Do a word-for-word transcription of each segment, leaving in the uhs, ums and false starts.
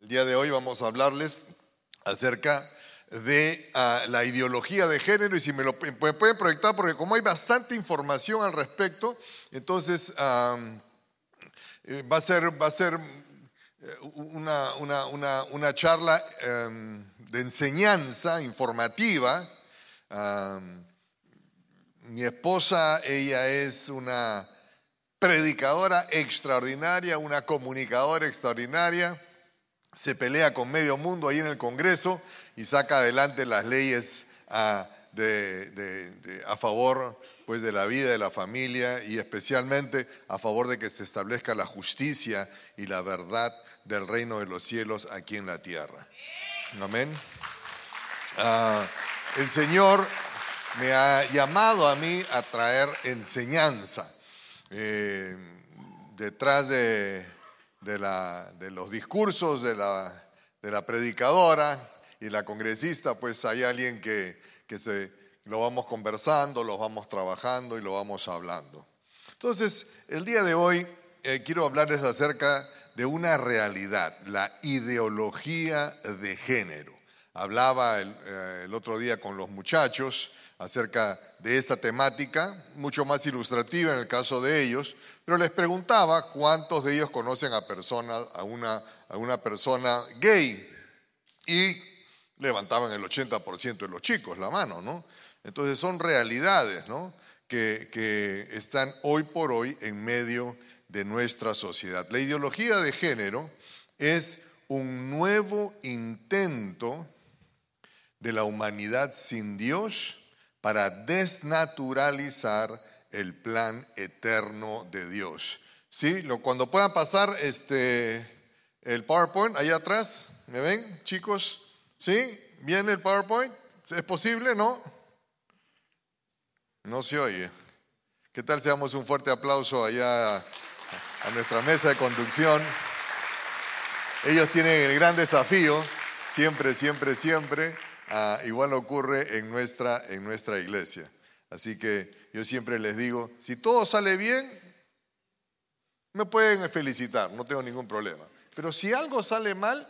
día de hoy vamos a hablarles acerca de uh, la ideología de género, y si me lo me pueden proyectar, porque como hay bastante información al respecto, entonces um, va a ser, va a ser una, una, una, una charla um, de enseñanza informativa. Um, mi esposa, ella es una predicadora extraordinaria, una comunicadora extraordinaria, se pelea con medio mundo ahí en el Congreso y saca adelante las leyes a, de, de, de, a favor pues, de la vida, de la familia, y especialmente a favor de que se establezca la justicia y la verdad del reino de los cielos aquí en la tierra. Amén. Uh, el Señor me ha llamado a mí a traer enseñanza. Eh, detrás de, de, la, de los discursos de la, de la predicadora y la congresista, pues hay alguien que, que se, lo vamos conversando, lo vamos trabajando y lo vamos hablando. Entonces, el día de hoy eh, quiero hablarles acerca de una realidad, la ideología de género. Hablaba el, eh, el otro día con los muchachos acerca de esta temática, mucho más ilustrativa en el caso de ellos, pero les preguntaba cuántos de ellos conocen a, personas, a, una, a una persona gay, y levantaban el ochenta por ciento de los chicos la mano, ¿no? Entonces son realidades, ¿no? que, que están hoy por hoy en medio de nuestra sociedad. La ideología de género es un nuevo intento de la humanidad sin Dios para desnaturalizar el plan eterno de Dios. ¿Sí? Cuando puedan pasar este, el PowerPoint, allá atrás, ¿me ven, chicos? ¿Sí? ¿Viene el PowerPoint? ¿Es posible? ¿No? No se oye. ¿Qué tal si damos un fuerte aplauso allá a, a nuestra mesa de conducción? Ellos tienen el gran desafío, siempre, siempre, siempre. Uh, igual ocurre en nuestra, en nuestra iglesia. Así que yo siempre les digo, si todo sale bien, me pueden felicitar, no tengo ningún problema. Pero si algo sale mal,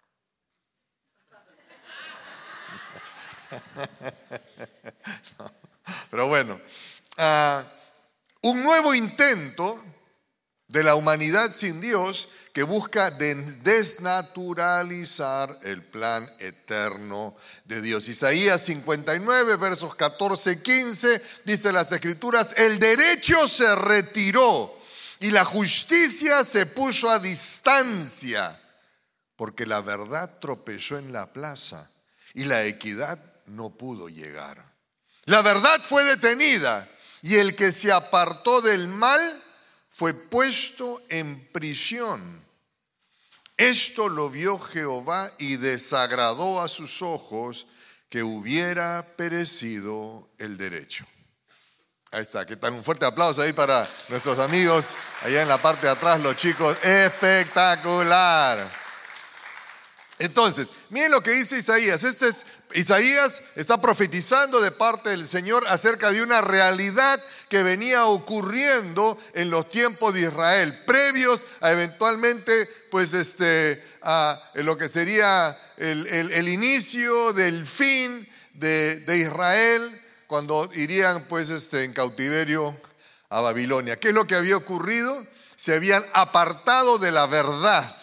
no. Pero bueno, uh, un nuevo intento de la humanidad sin Dios que busca desnaturalizar el plan eterno de Dios. Isaías cincuenta y nueve, versos catorce, quince, dice las Escrituras: el derecho se retiró y la justicia se puso a distancia, porque la verdad tropezó en la plaza y la equidad no pudo llegar. La verdad fue detenida y el que se apartó del mal fue puesto en prisión. Esto lo vio Jehová y desagradó a sus ojos que hubiera perecido el derecho. Ahí está, ¿qué tal? Un fuerte aplauso ahí para nuestros amigos allá en la parte de atrás, los chicos. Espectacular. Entonces, miren lo que dice Isaías. Este es, Isaías está profetizando de parte del Señor acerca de una realidad que venía ocurriendo en los tiempos de Israel, previos a eventualmente, pues, este, a lo que sería el, el, el inicio del fin de, de Israel, cuando irían, pues, este, en cautiverio a Babilonia. ¿Qué es lo que había ocurrido? Se habían apartado de la verdad.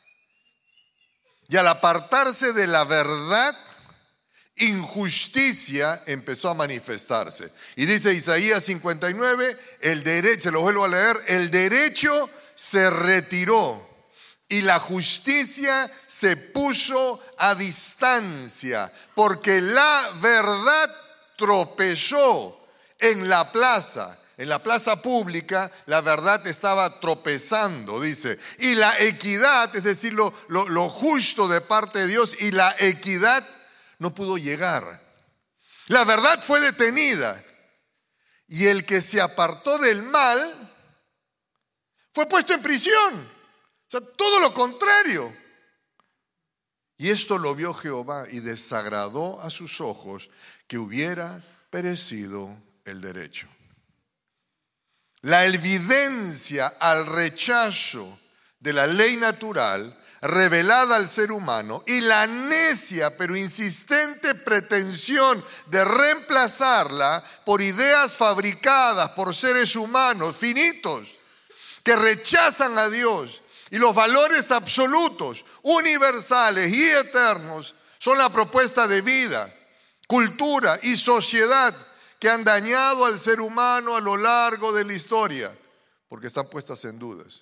Y al apartarse de la verdad, injusticia empezó a manifestarse. Y dice Isaías cincuenta y nueve, el derecho, se lo vuelvo a leer, el derecho se retiró y la justicia se puso a distancia, porque la verdad tropezó en la plaza. En la plaza pública la verdad estaba tropezando, dice. Y la equidad, es decir, lo, lo, lo justo de parte de Dios, y la equidad no pudo llegar. La verdad fue detenida. Y el que se apartó del mal fue puesto en prisión. O sea, todo lo contrario. Y esto lo vio Jehová y desagradó a sus ojos que hubiera perecido el derecho. La evidencia al rechazo de la ley natural revelada al ser humano y la necia pero insistente pretensión de reemplazarla por ideas fabricadas por seres humanos finitos que rechazan a Dios y los valores absolutos, universales y eternos son la propuesta de vida, cultura y sociedad que han dañado al ser humano a lo largo de la historia, porque están puestas en dudas.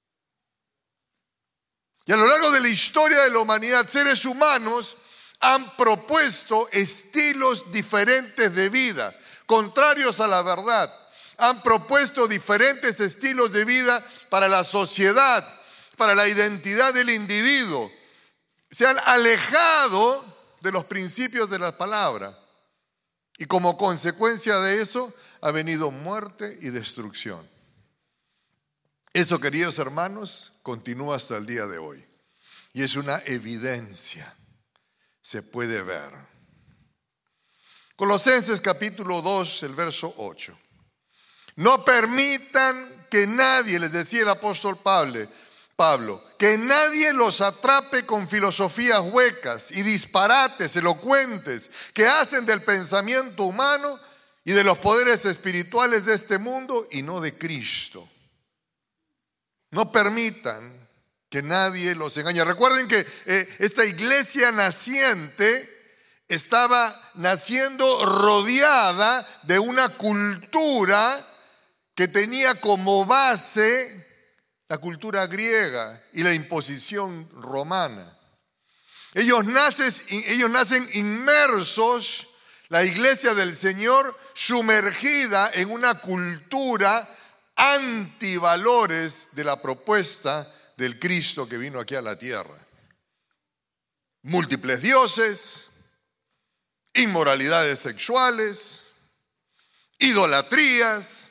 Y a lo largo de la historia de la humanidad, seres humanos han propuesto estilos diferentes de vida, contrarios a la verdad. Han propuesto diferentes estilos de vida para la sociedad, para la identidad del individuo. Se han alejado de los principios de la palabra. Y como consecuencia de eso, ha venido muerte y destrucción. Eso, queridos hermanos, continúa hasta el día de hoy. Y es una evidencia. Se puede ver. Colosenses capítulo dos, el verso ocho. No permitan que nadie, les decía el apóstol Pablo, Pablo, que nadie los atrape con filosofías huecas y disparates elocuentes que hacen del pensamiento humano y de los poderes espirituales de este mundo y no de Cristo. No permitan que nadie los engañe. Recuerden que eh, esta iglesia naciente estaba naciendo rodeada de una cultura que tenía como base la cultura griega y la imposición romana. Ellos nacen, ellos nacen inmersos, la iglesia del Señor, sumergida en una cultura antivalores de la propuesta del Cristo que vino aquí a la tierra. Múltiples dioses, inmoralidades sexuales, idolatrías,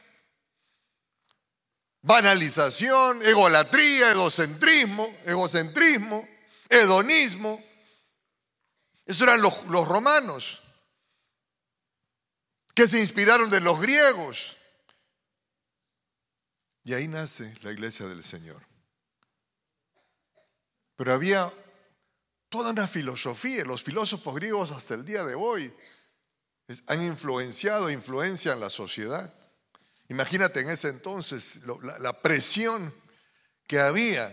banalización, egolatría, egocentrismo, egocentrismo, hedonismo. Eso eran los, los romanos, que se inspiraron de los griegos. Y ahí nace la iglesia del Señor. Pero había toda una filosofía. Los filósofos griegos hasta el día de hoy han influenciado, influencian la sociedad. Imagínate en ese entonces la, la presión que había.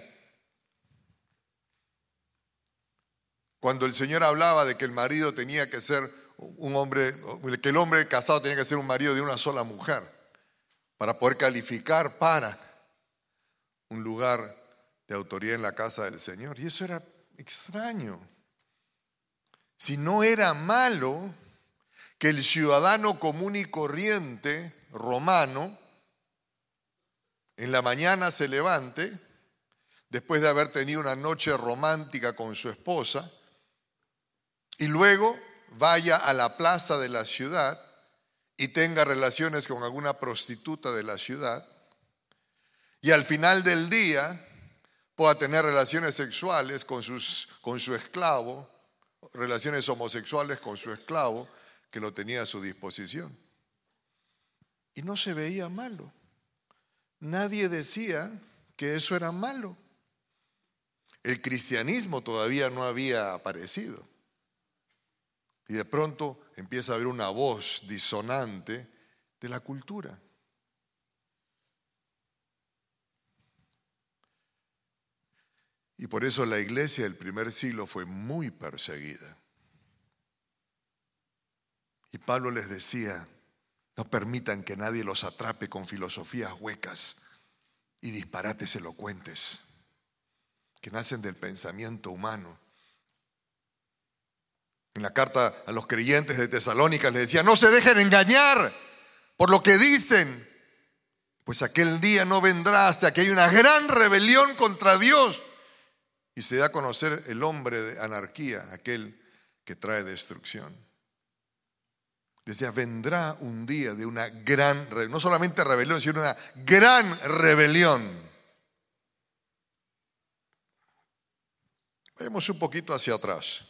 Cuando el Señor hablaba de que el marido tenía que ser un hombre, que el hombre casado tenía que ser un marido de una sola mujer para poder calificar para un lugar de autoridad en la casa del Señor. Y eso era extraño. Si no era malo que el ciudadano común y corriente romano en la mañana se levante, después de haber tenido una noche romántica con su esposa, y luego vaya a la plaza de la ciudad y tenga relaciones con alguna prostituta de la ciudad, y al final del día pueda tener relaciones sexuales con, sus, con su esclavo, relaciones homosexuales con su esclavo que lo tenía a su disposición. Y no se veía malo. Nadie decía que eso era malo. El cristianismo todavía no había aparecido. Y de pronto empieza a haber una voz disonante de la cultura. Y por eso la iglesia del primer siglo fue muy perseguida. Y Pablo les decía, no permitan que nadie los atrape con filosofías huecas y disparates elocuentes que nacen del pensamiento humano. En la carta a los creyentes de Tesalónica les decía, no se dejen engañar por lo que dicen, pues aquel día no vendrá hasta que haya una gran rebelión contra Dios y se da a conocer el hombre de anarquía, aquel que trae destrucción. Decía, vendrá un día de una gran, no solamente rebelión, sino una gran rebelión. Vayamos un poquito hacia atrás.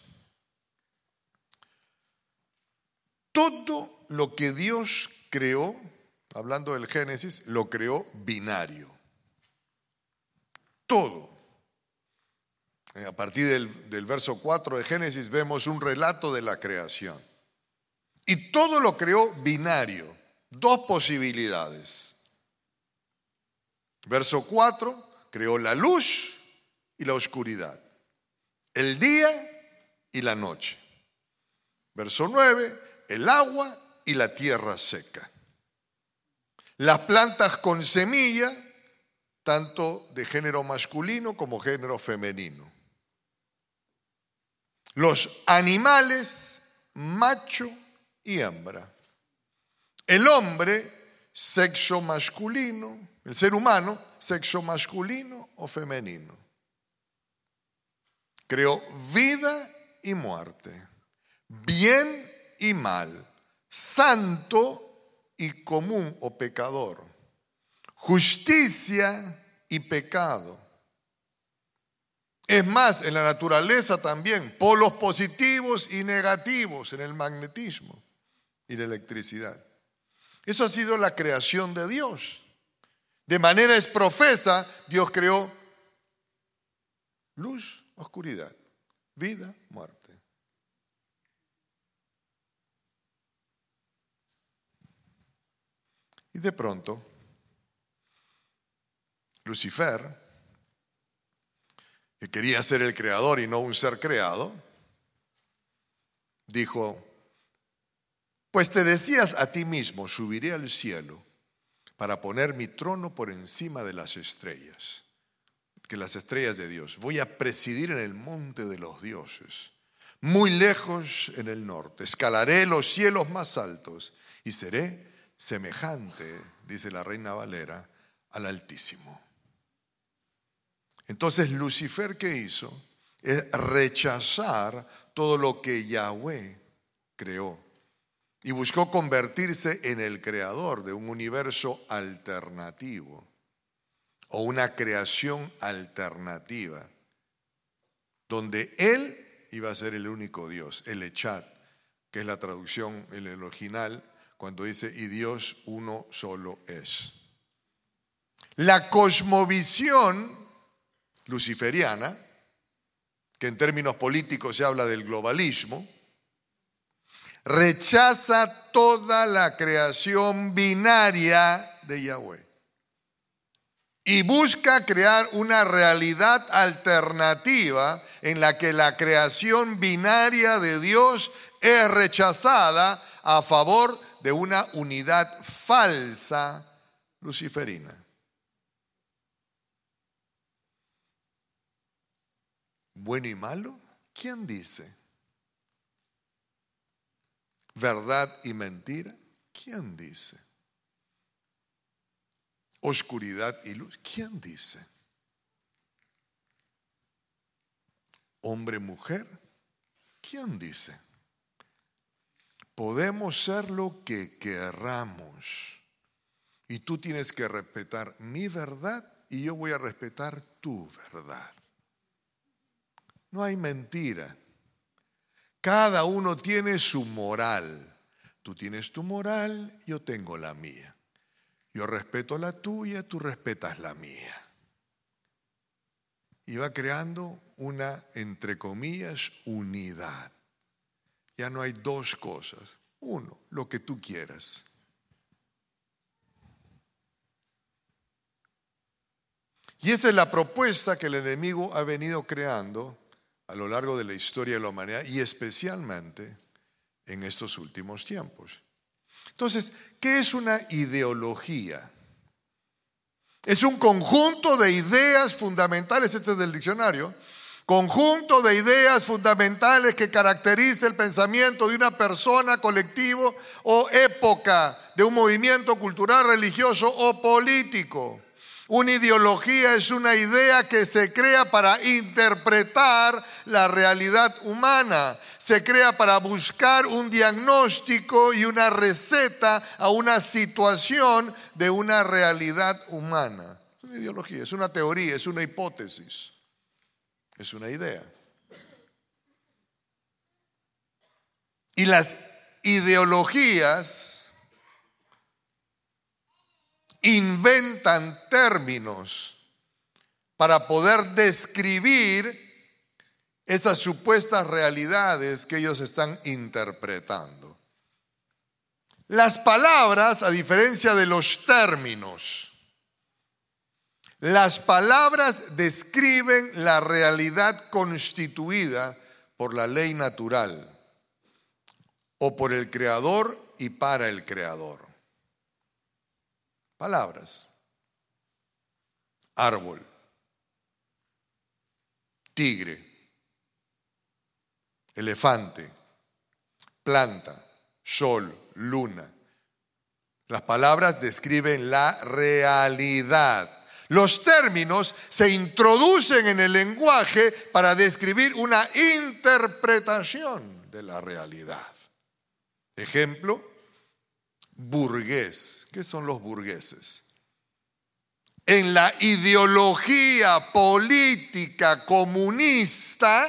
Todo lo que Dios creó, hablando del Génesis, lo creó binario. Todo. A partir del, del verso cuatro de Génesis vemos un relato de la creación. Y todo lo creó binario, dos posibilidades. Verso cuatro, creó la luz y la oscuridad, el día y la noche. Verso nueve, el agua y la tierra seca. Las plantas con semilla, tanto de género masculino como género femenino. Los animales, macho y hembra. El hombre, sexo masculino. El ser humano, sexo masculino o femenino. Creó vida y muerte, bien y mal, santo y común o pecador, justicia y pecado. Es más, en la naturaleza también, polos positivos y negativos en el magnetismo y la electricidad. Eso ha sido la creación de Dios. De manera exprofesa, Dios creó luz, oscuridad, vida, muerte. Y de pronto, Lucifer, que quería ser el creador y no un ser creado, dijo: pues te decías a ti mismo, subiré al cielo para poner mi trono por encima de las estrellas, que las estrellas de Dios. Voy a presidir en el monte de los dioses, muy lejos en el norte. Escalaré los cielos más altos y seré semejante, dice la Reina Valera, al Altísimo. Entonces Lucifer, ¿qué hizo? Es rechazar todo lo que Yahweh creó y buscó convertirse en el creador de un universo alternativo o una creación alternativa donde él iba a ser el único Dios, el Echad, que es la traducción en el original cuando dice y Dios uno solo es. La cosmovisión luciferiana, que en términos políticos se habla del globalismo, rechaza toda la creación binaria de Yahweh y busca crear una realidad alternativa en la que la creación binaria de Dios es rechazada a favor de una unidad falsa luciferina. ¿Bueno y malo? ¿Quién dice? ¿Verdad y mentira? ¿Quién dice? ¿Oscuridad y luz? ¿Quién dice? ¿Hombre, mujer? ¿Quién dice? Podemos ser lo que querramos y tú tienes que respetar mi verdad y yo voy a respetar tu verdad. No hay mentira. Cada uno tiene su moral. Tú tienes tu moral, yo tengo la mía. Yo respeto la tuya, tú respetas la mía. Y va creando una, entre comillas, unidad. Ya no hay dos cosas. Uno, lo que tú quieras. Y esa es la propuesta que el enemigo ha venido creando a lo largo de la historia de la humanidad y especialmente en estos últimos tiempos. Entonces, ¿qué es una ideología? Es un conjunto de ideas fundamentales, este es del diccionario, conjunto de ideas fundamentales que caracteriza el pensamiento de una persona, colectivo o época, de un movimiento cultural, religioso o político. Una ideología es una idea que se crea para interpretar la realidad humana. Se crea para buscar un diagnóstico y una receta a una situación de una realidad humana. Es una ideología, es una teoría, es una hipótesis, es una idea. Y las ideologías inventan términos para poder describir esas supuestas realidades que ellos están interpretando. Las palabras, a diferencia de los términos, las palabras describen la realidad constituida por la ley natural o por el Creador y para el Creador. Palabras. Árbol, tigre, elefante, planta, sol, luna. Las palabras describen la realidad. Los términos se introducen en el lenguaje para describir una interpretación de la realidad. Ejemplo, burgués. ¿Qué son los burgueses? En la ideología política comunista,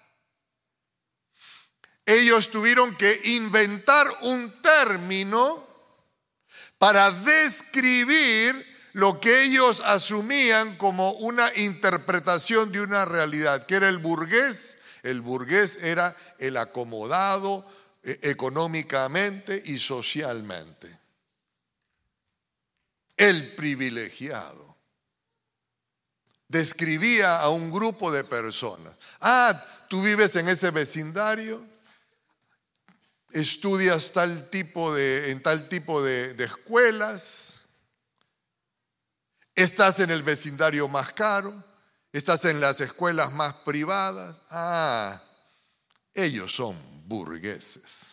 ellos tuvieron que inventar un término para describir lo que ellos asumían como una interpretación de una realidad. ¿Qué era el burgués? El burgués era el acomodado eh, económicamente y socialmente. El privilegiado. Describía a un grupo de personas. Ah, tú vives en ese vecindario, estudias tal tipo de, en tal tipo de, de escuelas, estás en el vecindario más caro, estás en las escuelas más privadas. Ah, ellos son burgueses.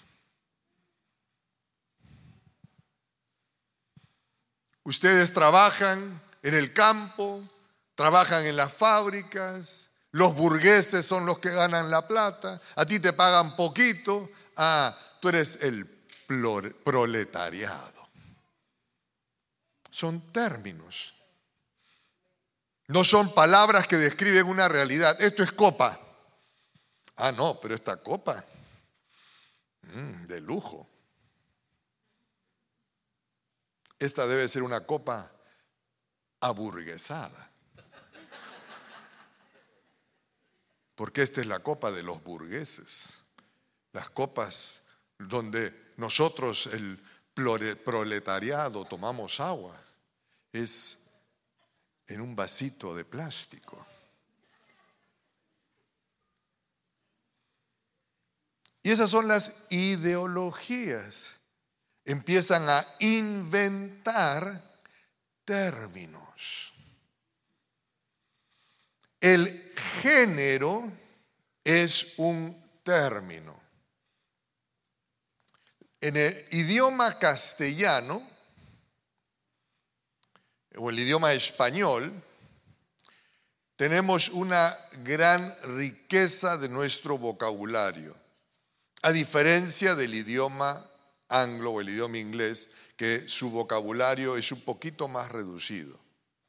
Ustedes trabajan en el campo, trabajan en las fábricas, los burgueses son los que ganan la plata, a ti te pagan poquito, ah, tú eres el proletariado. Son términos. No son palabras que describen una realidad. Esto es copa. Ah, no, pero esta copa, mmm, de lujo. Esta debe ser una copa aburguesada. Porque esta es la copa de los burgueses. Las copas donde nosotros, el proletariado, tomamos agua, es en un vasito de plástico. Y esas son las ideologías. Empiezan a inventar términos. El género es un término. En el idioma castellano o el idioma español, tenemos una gran riqueza de nuestro vocabulario, a diferencia del idioma anglo o el idioma inglés, que su vocabulario es un poquito más reducido.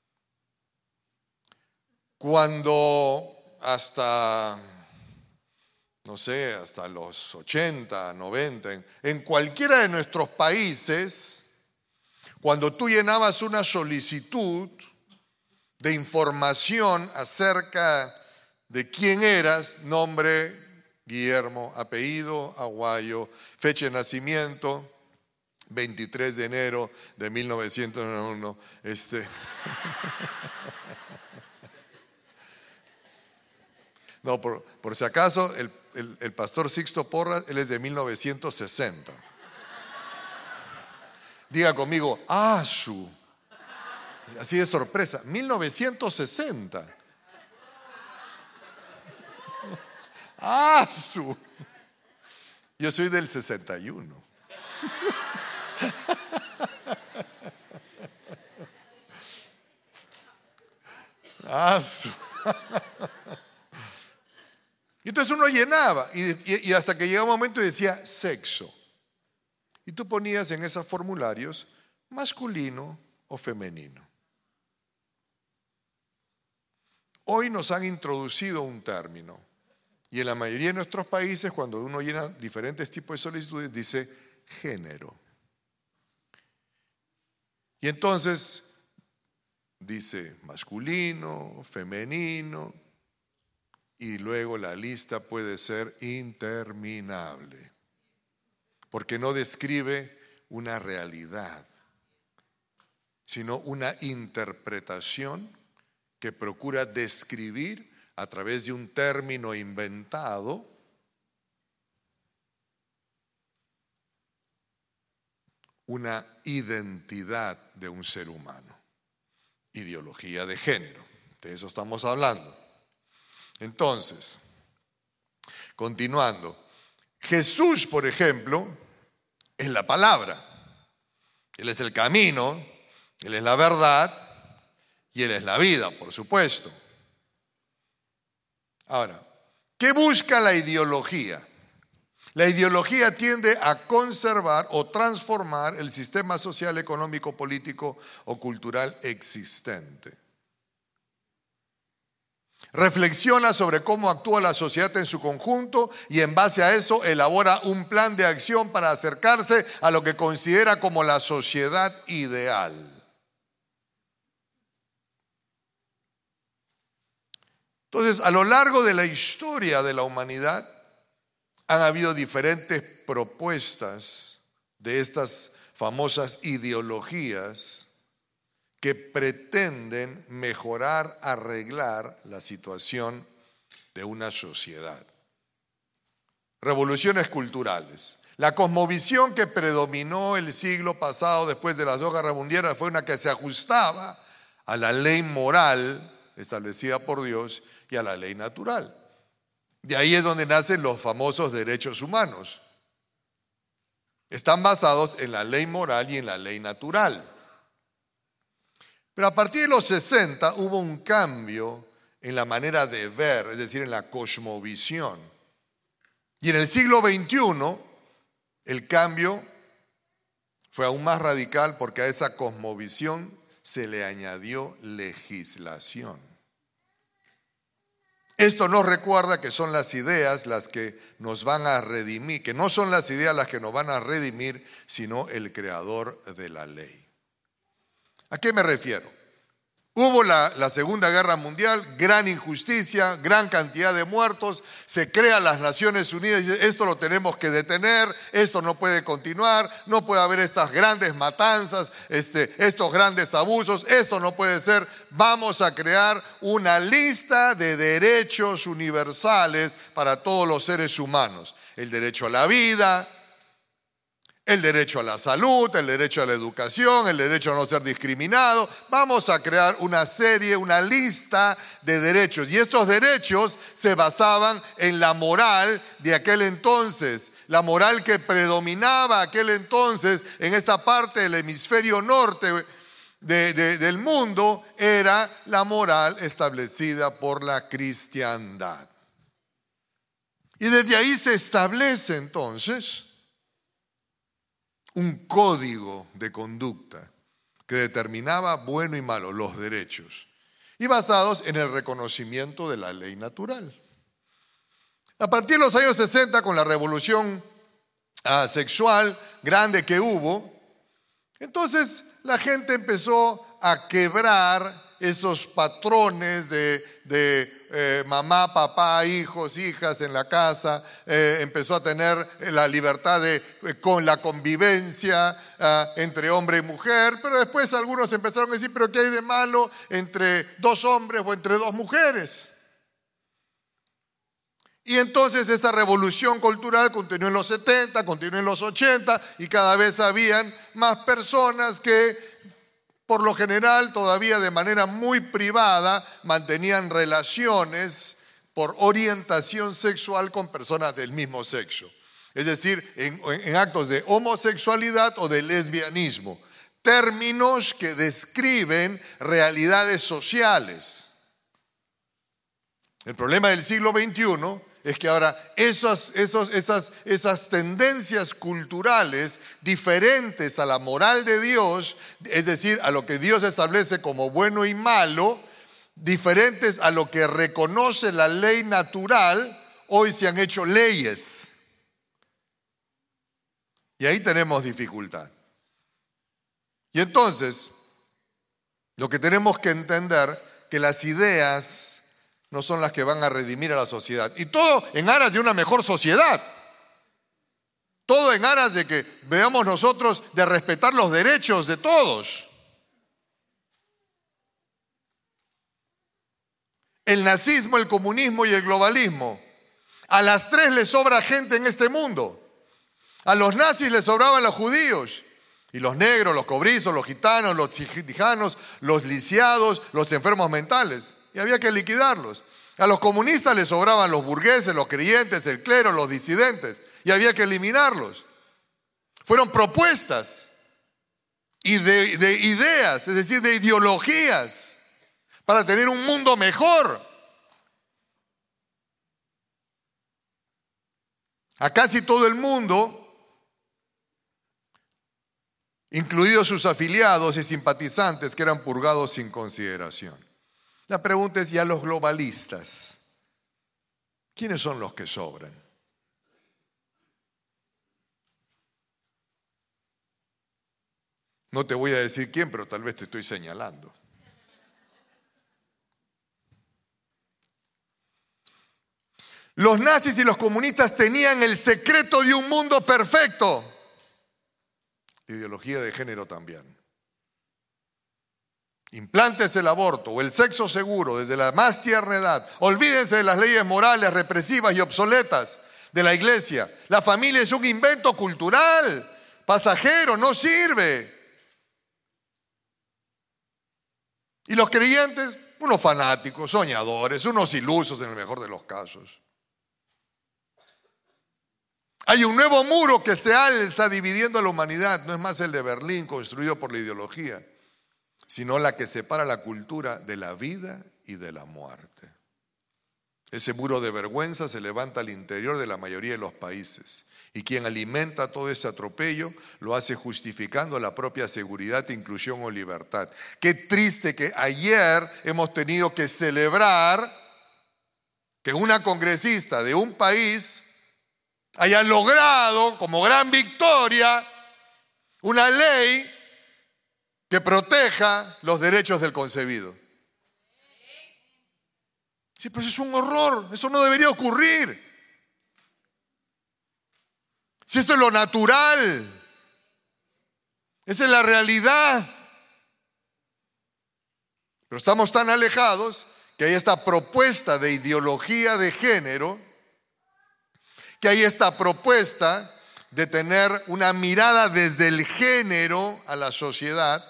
Cuando hasta, no sé, hasta los ochenta, noventa, en, en cualquiera de nuestros países, cuando tú llenabas una solicitud de información acerca de quién eras, nombre, Guillermo, apellido, Aguayo, fecha de nacimiento, veintitrés de enero de mil novecientos uno, este... No, por, por si acaso, el, el, el pastor Sixto Porras, él es de mil novecientos sesenta. Diga conmigo, ¡asu! Así de sorpresa, mil novecientos sesenta. ¡Asu! Yo soy del sesenta y uno. ¡Asu! Y entonces uno llenaba y, y, y hasta que llegaba un momento y decía sexo. Y tú ponías en esos formularios masculino o femenino. Hoy nos han introducido un término y en la mayoría de nuestros países cuando uno llena diferentes tipos de solicitudes dice género. Y entonces dice masculino, femenino. y luego la lista puede ser interminable, porque no describe una realidad, sino una interpretación que procura describir a través de un término inventado una identidad de un ser humano, ideología de género. De eso estamos hablando. Entonces, continuando, Jesús, por ejemplo, es la palabra. Él es el camino, Él es la verdad y Él es la vida, por supuesto. Ahora, ¿qué busca la ideología? La ideología tiende a conservar o transformar el sistema social, económico, político o cultural existente. Reflexiona sobre cómo actúa la sociedad en su conjunto y en base a eso elabora un plan de acción para acercarse a lo que considera como la sociedad ideal. Entonces, a lo largo de la historia de la humanidad, han habido diferentes propuestas de estas famosas ideologías que pretenden mejorar, arreglar la situación de una sociedad. Revoluciones culturales. La cosmovisión que predominó el siglo pasado después de las dos guerras mundiales fue una que se ajustaba a la ley moral establecida por Dios y a la ley natural. De ahí es donde nacen los famosos derechos humanos. Están basados en la ley moral y en la ley natural. Pero a partir de los sesenta hubo un cambio en la manera de ver, es decir, en la cosmovisión. Y en el siglo veintiuno el cambio fue aún más radical porque a esa cosmovisión se le añadió legislación. Esto nos recuerda que son las ideas las que nos van a redimir, que no son las ideas las que nos van a redimir, sino el creador de la ley. ¿A qué me refiero? Hubo la, la Segunda Guerra Mundial, gran injusticia, gran cantidad de muertos, se crean las Naciones Unidas y dice, esto lo tenemos que detener, esto no puede continuar, no puede haber estas grandes matanzas, este, estos grandes abusos, esto no puede ser, vamos a crear una lista de derechos universales para todos los seres humanos. El derecho a la vida, el derecho a la salud, el derecho a la educación, el derecho a no ser discriminado. Vamos a crear una serie, una lista de derechos. Y estos derechos se basaban en la moral de aquel entonces. La moral que predominaba aquel entonces en esta parte del hemisferio norte de, de, del mundo era la moral establecida por la cristiandad. Y desde ahí se establece entonces un código de conducta que determinaba bueno y malo, los derechos, y basados en el reconocimiento de la ley natural. A partir de los años sesenta, con la revolución uh, sexual grande que hubo, entonces la gente empezó a quebrar esos patrones de, de eh, mamá, papá, hijos, hijas en la casa, eh, empezó a tener la libertad de, eh, con la convivencia eh, entre hombre y mujer, pero después algunos empezaron a decir, pero ¿qué hay de malo entre dos hombres o entre dos mujeres? Y entonces esa revolución cultural continuó en los setenta, continuó en los ochenta y cada vez habían más personas que por lo general, todavía de manera muy privada, mantenían relaciones por orientación sexual con personas del mismo sexo. Es decir, en, en actos de homosexualidad o de lesbianismo. Términos que describen realidades sociales. El problema del siglo veintiuno es que ahora esos, esos, esas, esas tendencias culturales diferentes a la moral de Dios, es decir, a lo que Dios establece como bueno y malo, diferentes a lo que reconoce la ley natural, hoy se han hecho leyes. Y ahí tenemos dificultad. Y entonces, lo que tenemos que entender que las ideas no son las que van a redimir a la sociedad. Y todo en aras de una mejor sociedad. Todo en aras de que veamos nosotros de respetar los derechos de todos. El nazismo, el comunismo y el globalismo. A las tres les sobra gente en este mundo. A los nazis les sobraban los judíos. Y los negros, los cobrizos, los gitanos, los tijanos, los lisiados, los enfermos mentales. Y había que liquidarlos. A los comunistas les sobraban los burgueses, los creyentes, el clero, los disidentes. Y había que eliminarlos. Fueron propuestas y de, de ideas, es decir, de ideologías, para tener un mundo mejor. A casi todo el mundo, incluidos sus afiliados y simpatizantes, que eran purgados sin consideración. La pregunta es, ¿y a los globalistas? ¿Quiénes son los que sobran? No te voy a decir quién, pero tal vez te estoy señalando. Los nazis y los comunistas tenían el secreto de un mundo perfecto. La ideología de género también. Implántese el aborto o el sexo seguro desde la más tierna edad. Olvídense de las leyes morales represivas y obsoletas de la iglesia. La familia es un invento cultural, pasajero, no sirve. Y los creyentes, unos fanáticos, soñadores, unos ilusos en el mejor de los casos. Hay un nuevo muro que se alza dividiendo a la humanidad. No es más el de Berlín construido por la ideología, sino la que separa la cultura de la vida y de la muerte. Ese muro de vergüenza se levanta al interior de la mayoría de los países. Y quien alimenta todo este atropello lo hace justificando la propia seguridad, inclusión o libertad. Qué triste que ayer hemos tenido que celebrar que una congresista de un país haya logrado como gran victoria una ley que proteja los derechos del concebido. Sí, pero eso es un horror, eso no debería ocurrir. Si eso es lo natural, esa es la realidad. Pero estamos tan alejados que hay esta propuesta de ideología de género, que hay esta propuesta de tener una mirada desde el género a la sociedad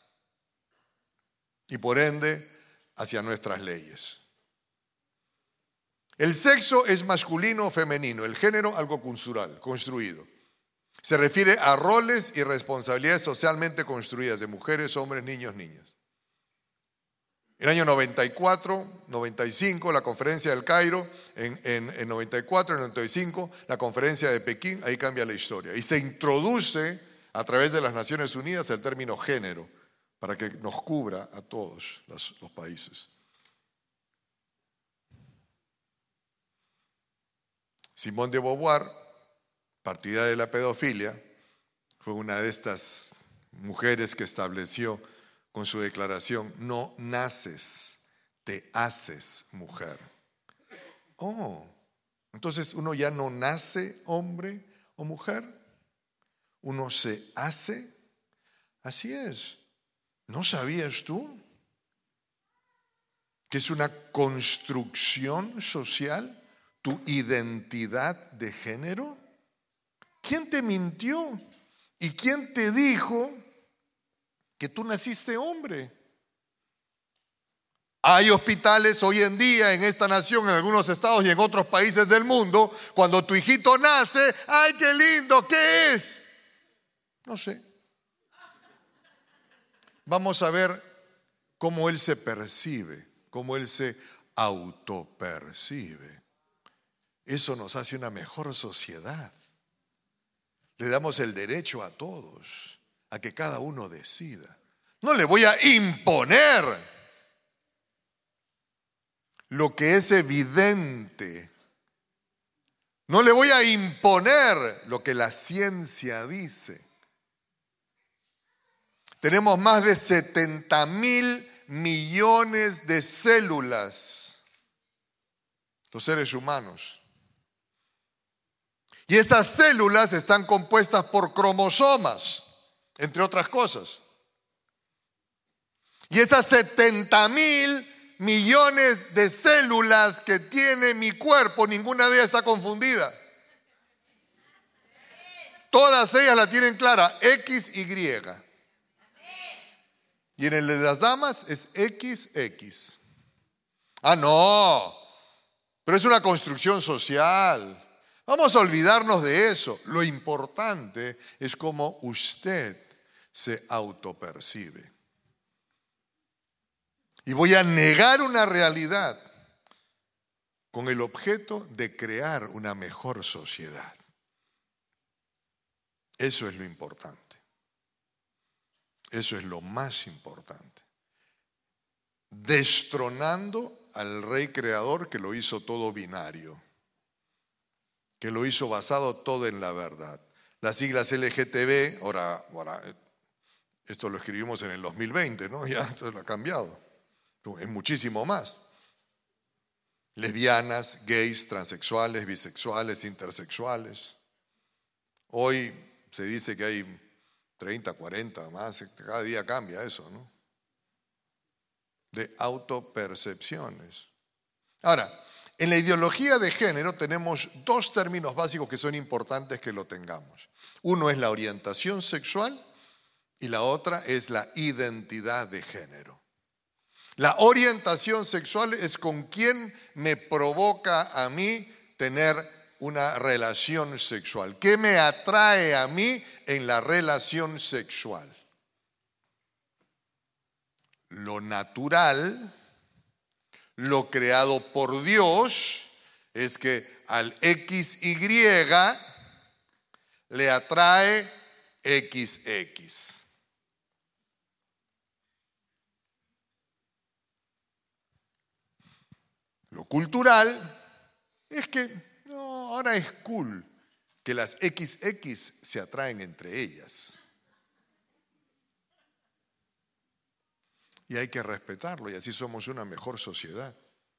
y por ende hacia nuestras leyes. El sexo es masculino o femenino, el género algo cultural, construido. Se refiere a roles y responsabilidades socialmente construidas de mujeres, hombres, niños, niñas. En el año noventa y cuatro, noventa y cinco, la conferencia del Cairo, en, en, en noventa y cuatro, en noventa y cinco, la conferencia de Pekín, ahí cambia la historia. Y se introduce a través de las Naciones Unidas el término género para que nos cubra a todos los, los países. Simone de Beauvoir, partidaria de la pedofilia, fue una de estas mujeres que estableció con su declaración: no naces, te haces mujer. Oh, entonces uno ya no nace hombre o mujer, uno se hace. Así es. ¿No sabías tú que es una construcción social tu identidad de género? ¿Quién te mintió? ¿Y quién te dijo que tú naciste hombre? Hay hospitales hoy en día en esta nación, en algunos estados y en otros países del mundo, cuando tu hijito nace, ¡ay, qué lindo! ¿Qué es? No sé. Vamos a ver cómo él se percibe, cómo él se autopercibe. Eso nos hace una mejor sociedad. Le damos el derecho a todos a que cada uno decida. No le voy a imponer lo que es evidente. No le voy a imponer lo que la ciencia dice. Tenemos más de setenta mil millones de células los seres humanos. Y esas células están compuestas por cromosomas, entre otras cosas. Y esas setenta mil millones de células que tiene mi cuerpo, ninguna de ellas está confundida. Todas ellas la tienen clara, X Y. Y en el de las damas es equis equis. Ah, no, pero es una construcción social. Vamos a olvidarnos de eso. Lo importante es cómo usted se autopercibe. Y voy a negar una realidad con el objeto de crear una mejor sociedad. Eso es lo importante. Eso es lo más importante. Destronando al Rey Creador que lo hizo todo binario, que lo hizo basado todo en la verdad. Las siglas L G T B, ahora, ahora esto lo escribimos en el dos mil veinte, ¿no? Ya se lo ha cambiado. Es muchísimo más. Lesbianas, gays, transexuales, bisexuales, intersexuales. Hoy se dice que hay treinta, cuarenta más, cada día cambia eso, ¿no? De autopercepciones. Ahora, en la ideología de género tenemos dos términos básicos que son importantes que lo tengamos. Uno es la orientación sexual y la otra es la identidad de género. La orientación sexual es con quien me provoca a mí tener una relación sexual. ¿Qué me atrae a mí en la relación sexual? Lo natural, lo creado por Dios, es que al equis y le atrae equis equis. Lo cultural es que no, ahora es cool que las equis equis se atraen entre ellas. Y hay que respetarlo y así somos una mejor sociedad.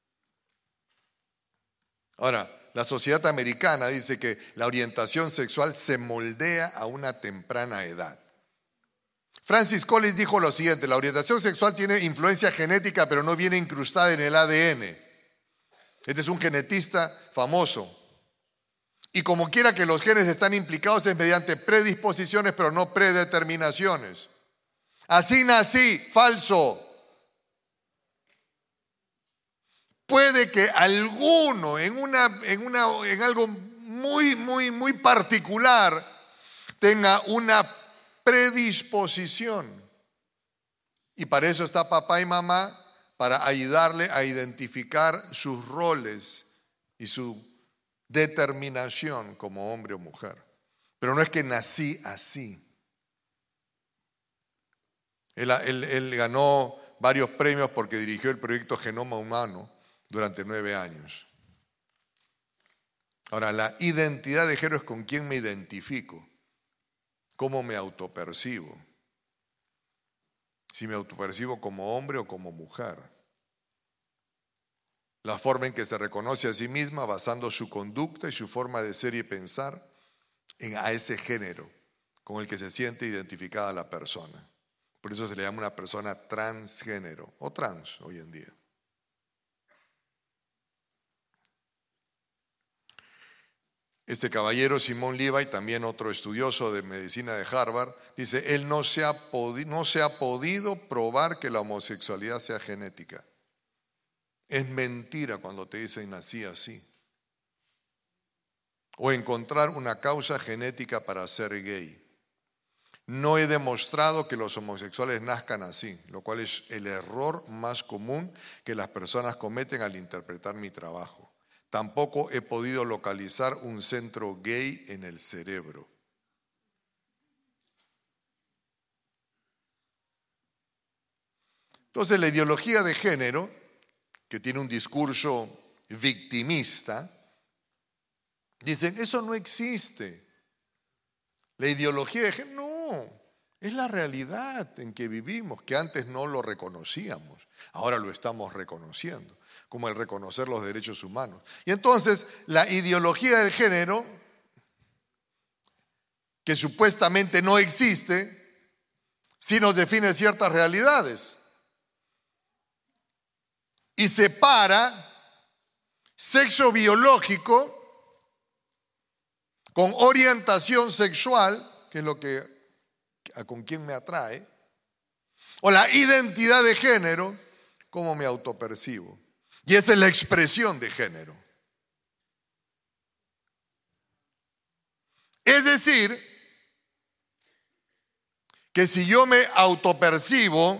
Ahora, la sociedad americana dice que la orientación sexual se moldea a una temprana edad. Francis Collins dijo lo siguiente: la orientación sexual tiene influencia genética pero no viene incrustada en el A D N. Este es un genetista famoso. Y como quiera que los genes están implicados es mediante predisposiciones pero no predeterminaciones. Así nací, falso. Puede que alguno en, una, en, una, en algo muy, muy, muy particular tenga una predisposición. Y para eso está papá y mamá, para ayudarle a identificar sus roles y su determinación como hombre o mujer. Pero no es que nací así. Él, él, él ganó varios premios porque dirigió el proyecto Genoma Humano durante nueve años. Ahora, la identidad de género es con quién me identifico, cómo me autopercibo. Si me autopercibo como hombre o como mujer. La forma en que se reconoce a sí misma basando su conducta y su forma de ser y pensar en, a ese género con el que se siente identificada la persona. Por eso se le llama una persona transgénero o trans hoy en día. Este caballero Simón Levi, también otro estudioso de medicina de Harvard, dice, él no se ha podi- no se ha podido probar que la homosexualidad sea genética. Es mentira cuando te dicen nací así. O encontrar una causa genética para ser gay. No he demostrado que los homosexuales nazcan así, lo cual es el error más común que las personas cometen al interpretar mi trabajo. Tampoco he podido localizar un centro gay en el cerebro. Entonces, la ideología de género, que tiene un discurso victimista, dicen, eso no existe. La ideología de género, no, es la realidad en que vivimos, que antes no lo reconocíamos, ahora lo estamos reconociendo. como el reconocer los derechos humanos. Y entonces la ideología del género, que supuestamente no existe, sí nos define ciertas realidades y separa sexo biológico con orientación sexual, que es lo que con quién me atrae, o la identidad de género, cómo me autopercibo. Y esa es la expresión de género. Es decir, que si yo me autopercibo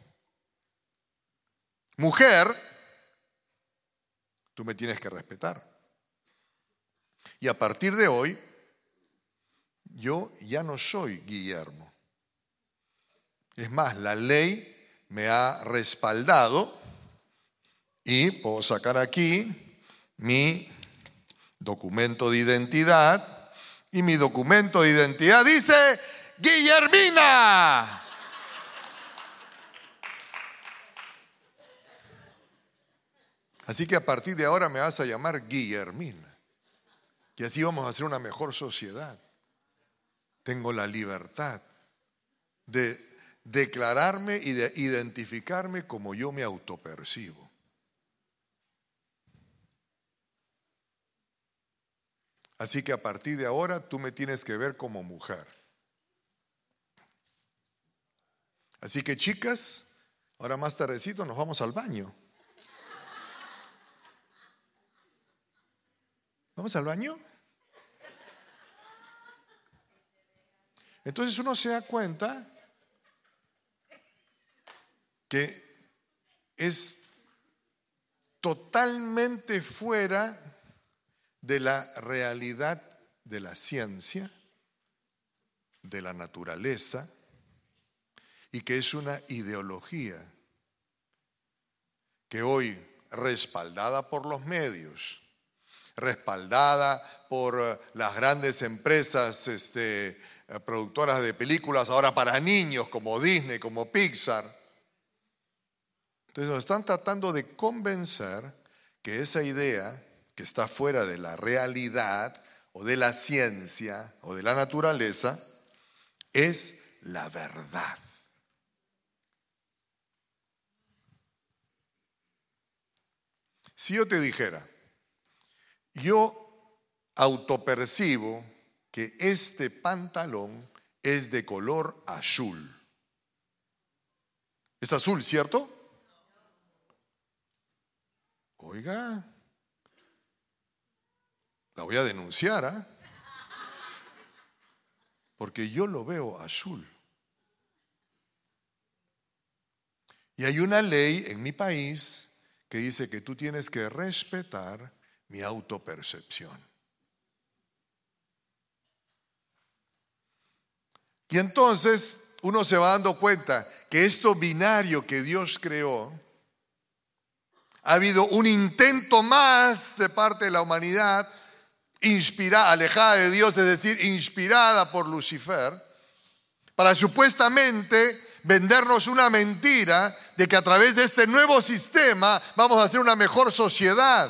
mujer, tú me tienes que respetar. Y a partir de hoy, yo ya no soy Guillermo. Es más, la ley me ha respaldado y puedo sacar aquí mi documento de identidad. Y mi documento de identidad dice Guillermina. Así que a partir de ahora me vas a llamar Guillermina. Y así vamos a hacer una mejor sociedad. Tengo la libertad de declararme y de identificarme como yo me autopercibo. Así que a partir de ahora tú me tienes que ver como mujer. Así que chicas, ahora más tardecito nos vamos al baño. ¿Vamos al baño? Entonces uno se da cuenta que es totalmente fuera de la realidad de la ciencia, de la naturaleza, y que es una ideología que hoy, respaldada por los medios, respaldada por las grandes empresas este, productoras de películas ahora para niños como Disney, como Pixar. Entonces nos están tratando de convencer que esa idea que está fuera de la realidad o de la ciencia o de la naturaleza es la verdad. Si yo te dijera, yo autopercibo que este pantalón es de color azul. Es azul, ¿cierto? Oiga, la voy a denunciar, ¿ah? ¿eh? Porque yo lo veo azul. Y hay una ley en mi país que dice que tú tienes que respetar mi autopercepción. Y entonces uno se va dando cuenta que esto binario que Dios creó, ha habido un intento más de parte de la humanidad, inspirada, alejada de Dios, es decir, inspirada por Lucifer, para supuestamente vendernos una mentira de que a través de este nuevo sistema vamos a hacer una mejor sociedad.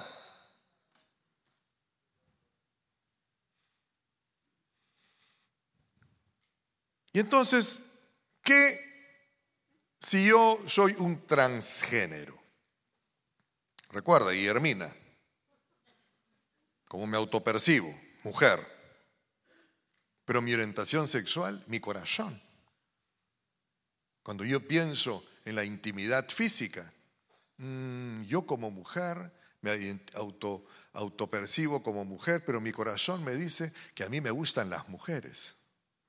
Y entonces, ¿qué si yo soy un transgénero? Recuerda, Guillermina, cómo me autopercibo, mujer, pero mi orientación sexual, mi corazón. Cuando yo pienso en la intimidad física, mmm, yo como mujer me auto, autopercibo como mujer, pero mi corazón me dice que a mí me gustan las mujeres.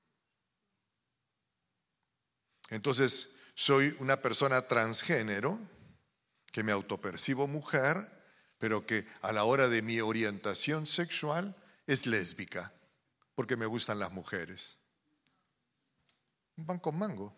Entonces, soy una persona transgénero que me autopercibo mujer, pero que a la hora de mi orientación sexual es lésbica, porque me gustan las mujeres. Un pan con mango.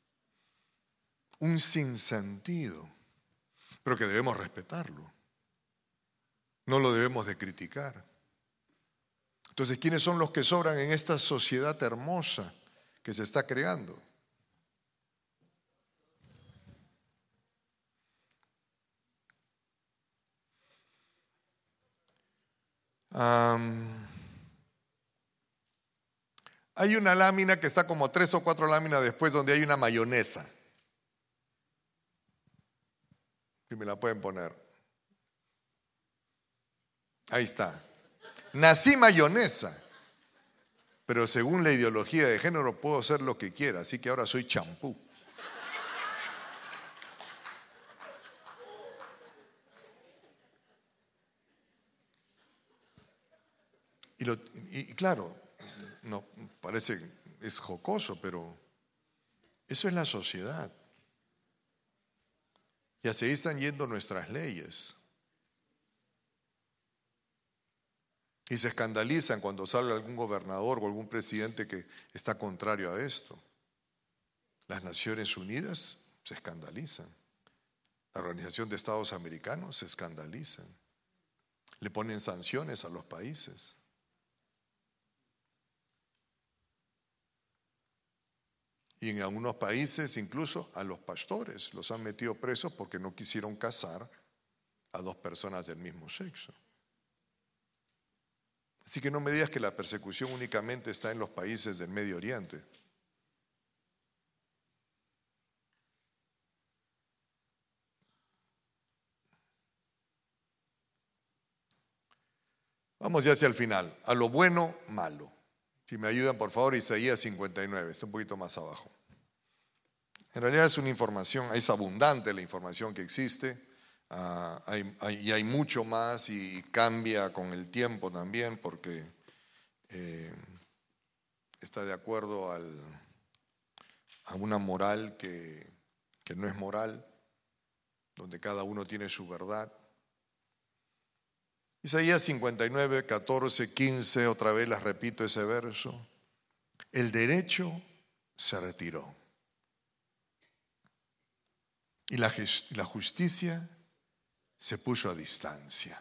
Un sinsentido, pero que debemos respetarlo. No lo debemos de criticar. Entonces, ¿quiénes son los que sobran en esta sociedad hermosa que se está creando? Um, hay una lámina que está como tres o cuatro láminas después donde hay una mayonesa. Si me la pueden poner. Ahí está. Nací mayonesa, pero según la ideología de género puedo ser lo que quiera, así que ahora soy champú. Y, lo, y claro, no parece, es jocoso, pero eso es la sociedad. Y así están yendo nuestras leyes. Y se escandalizan cuando sale algún gobernador o algún presidente que está contrario a esto. Las Naciones Unidas se escandalizan. La Organización de Estados Americanos se escandalizan. Le ponen sanciones a los países. Y en algunos países incluso a los pastores los han metido presos porque no quisieron casar a dos personas del mismo sexo. Así que no me digas que la persecución únicamente está en los países del Medio Oriente. Vamos ya hacia el final. A lo bueno, malo. Si me ayudan, por favor, Isaías cincuenta y nueve, está un poquito más abajo. En realidad es una información, es abundante la información que existe, uh, hay, hay, y hay mucho más y cambia con el tiempo también porque eh, está de acuerdo al, a una moral que, que no es moral, donde cada uno tiene su verdad. Isaías cincuenta y nueve, catorce, quince, otra vez les repito ese verso. El derecho se retiró y la, la justicia se puso a distancia,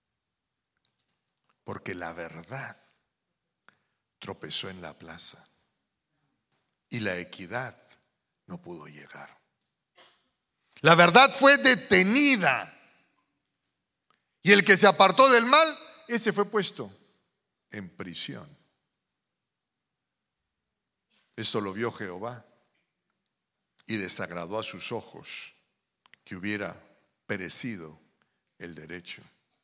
porque la verdad tropezó en la plaza y la equidad no pudo llegar. La verdad fue detenida. Y el que se apartó del mal, ese fue puesto en prisión. Esto lo vio Jehová y desagradó a sus ojos que hubiera perecido el derecho.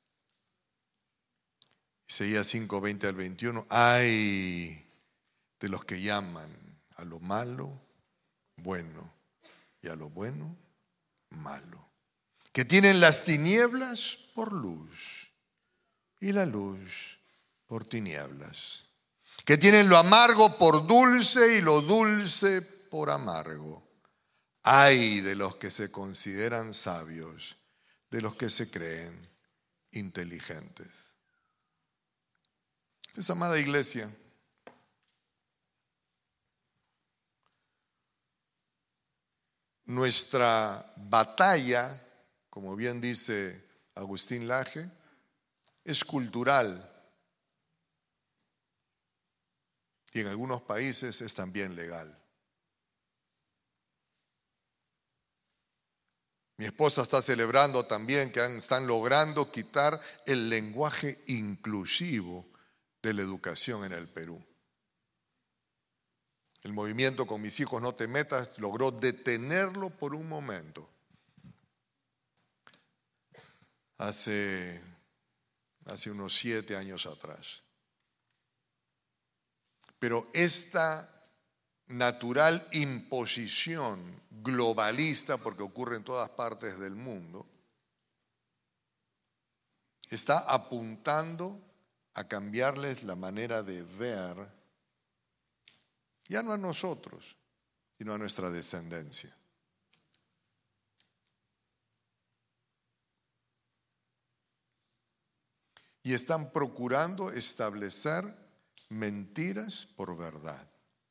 Isaías cinco, veinte al veintiuno. Ay de los que llaman a lo malo bueno y a lo bueno malo, que tienen las tinieblas por luz y la luz por tinieblas, que tienen lo amargo por dulce y lo dulce por amargo. Ay de los que se consideran sabios, de los que se creen inteligentes. Esa amada iglesia, nuestra batalla, como bien dice Agustín Laje, es cultural y en algunos países es también legal. Mi esposa está celebrando también que están logrando quitar el lenguaje inclusivo de la educación en el Perú. El movimiento Con Mis Hijos No Te Metas logró detenerlo por un momento. Hace, hace unos siete años atrás. Pero esta natural imposición globalista, porque ocurre en todas partes del mundo, está apuntando a cambiarles la manera de ver, ya no a nosotros, sino a nuestra descendencia. Y están procurando establecer mentiras por verdad.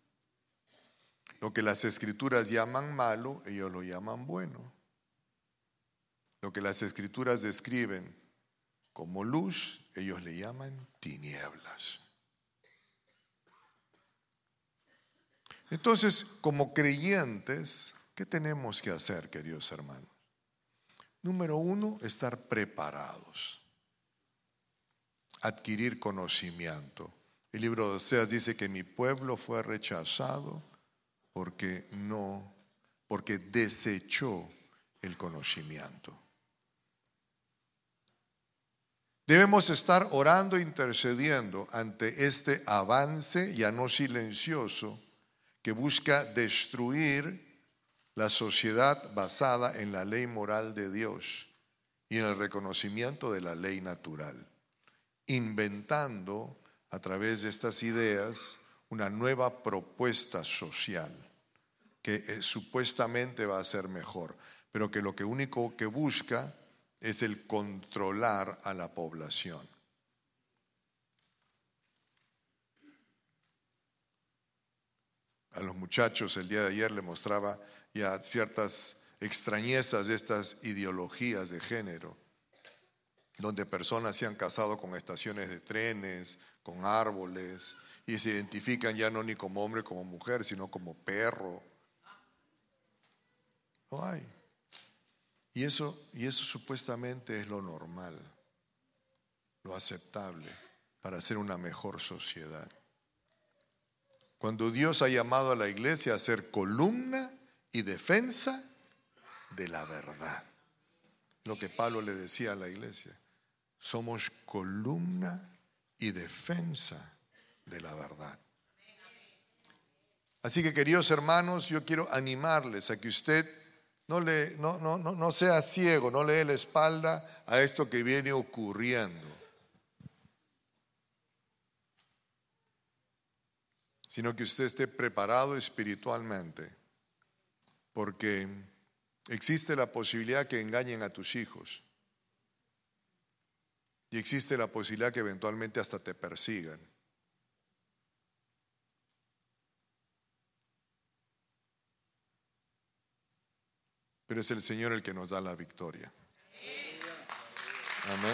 Lo que las escrituras llaman malo, ellos lo llaman bueno. Lo que las escrituras describen como luz, ellos le llaman tinieblas. Entonces, como creyentes, ¿qué tenemos que hacer, queridos hermanos? Número uno, estar preparados. adquirir conocimiento. El libro de Oseas dice que mi pueblo fue rechazado porque no, porque desechó el conocimiento. Debemos estar orando e intercediendo ante este avance ya no silencioso que busca destruir la sociedad basada en la ley moral de Dios y en el reconocimiento de la ley natural, inventando a través de estas ideas una nueva propuesta social que eh, supuestamente va a ser mejor, pero que lo que único que busca es el controlar a la población. A los muchachos el día de ayer le mostraba ya ciertas extrañezas de estas ideologías de género, donde personas se han casado con estaciones de trenes, con árboles, y se identifican ya no ni como hombre como mujer, sino como perro. No hay. Y eso, y eso supuestamente es lo normal, lo aceptable para hacer una mejor sociedad. Cuando Dios ha llamado a la iglesia a ser columna y defensa de la verdad. Lo que Pablo le decía a la iglesia, somos columna y defensa de la verdad. Así que, queridos hermanos, yo quiero animarles a que usted no, le, no, no, no, no sea ciego, no le dé la espalda a esto que viene ocurriendo, sino que usted esté preparado espiritualmente, porque existe la posibilidad que engañen a tus hijos y existe la posibilidad que eventualmente hasta te persigan. Pero es el Señor el que nos da la victoria. Amén.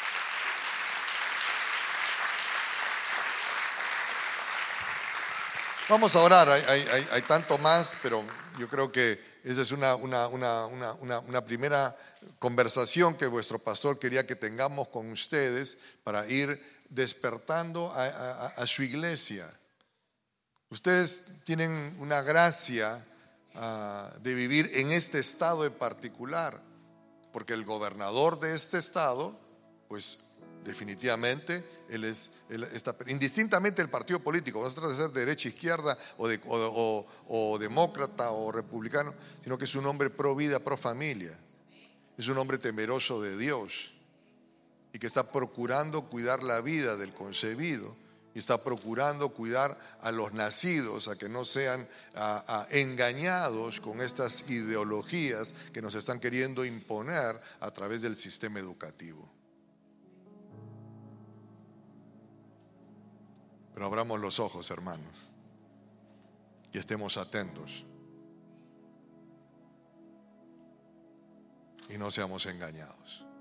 Vamos a orar, hay, hay, hay, hay tanto más, pero yo creo que esa es una, una, una, una, una, una primera conversación que vuestro pastor quería que tengamos con ustedes para ir despertando a, a, a su iglesia. Ustedes tienen una gracia Uh, de vivir en este estado en particular, porque el gobernador de este estado, pues definitivamente él es, él está, indistintamente del partido político, no se trata de ser de derecha, izquierda o, de, o, o, o demócrata o republicano, sino que es un hombre pro vida, pro familia, es un hombre temeroso de Dios y que está procurando cuidar la vida del concebido y está procurando cuidar a los nacidos, a que no sean a, a, engañados con estas ideologías que nos están queriendo imponer a través del sistema educativo. Pero abramos los ojos, hermanos, y estemos atentos y no seamos engañados.